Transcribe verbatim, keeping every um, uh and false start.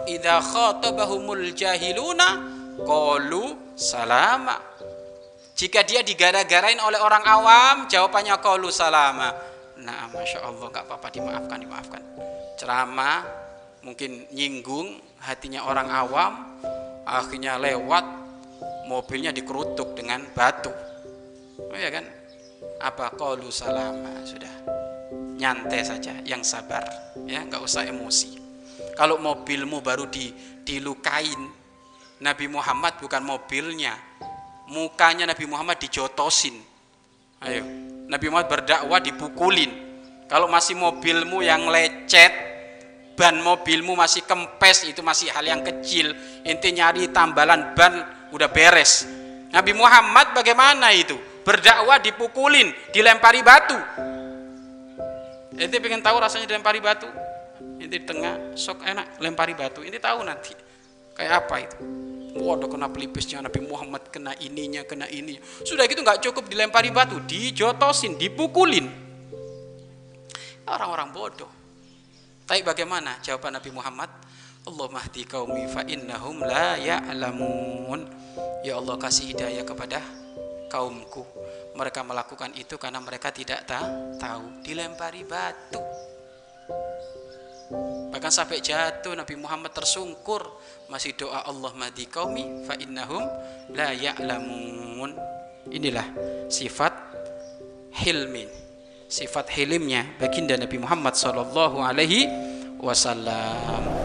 idza khatabahumul jahiluna qalu salama. Jika dia digara-garain oleh orang awam, jawabannya qalu salama. Nah, masya Allah, nggak apa-apa, dimaafkan, dimaafkan. Ceramah mungkin nyinggung hatinya orang awam, akhirnya lewat mobilnya dikerutuk dengan batu. Oh ya kan? Apa qalu salama, sudah. Nyantai saja, yang sabar, ya, nggak usah emosi. Kalau mobilmu baru di, dilukain, Nabi Muhammad bukan mobilnya, mukanya Nabi Muhammad dijotosin. Ayo, Nabi Muhammad berdakwah dipukulin. Kalau masih mobilmu yang lecet, ban mobilmu masih kempes, itu masih hal yang kecil. Inti nyari tambalan ban udah beres. Nabi Muhammad bagaimana itu? Berdakwah dipukulin, dilempari batu. Inti pengen tahu rasanya dilempari batu? Inti tengah sok enak lempari batu. Inti tahu nanti kayak apa itu. Waduh, kena pelipisnya Nabi Muhammad, kena ininya, kena ini. Sudah gitu nggak cukup dilempari batu, dijotosin, dipukulin. Orang-orang bodoh. Tapi bagaimana jawaban Nabi Muhammad? Allahumma hdi qaumi fa innahum la ya'lamun. Ya Allah, kasih hidayah kepada kaumku. Mereka melakukan itu karena mereka tidak tahu. Dilempari batu. Bahkan sampai jatuh Nabi Muhammad tersungkur, masih doa Allah mahdi qaumi fa innahum la ya'lamun. Inilah sifat hilmin, sifat hilimnya baginda Nabi Muhammad sallallahu alaihi wasallam.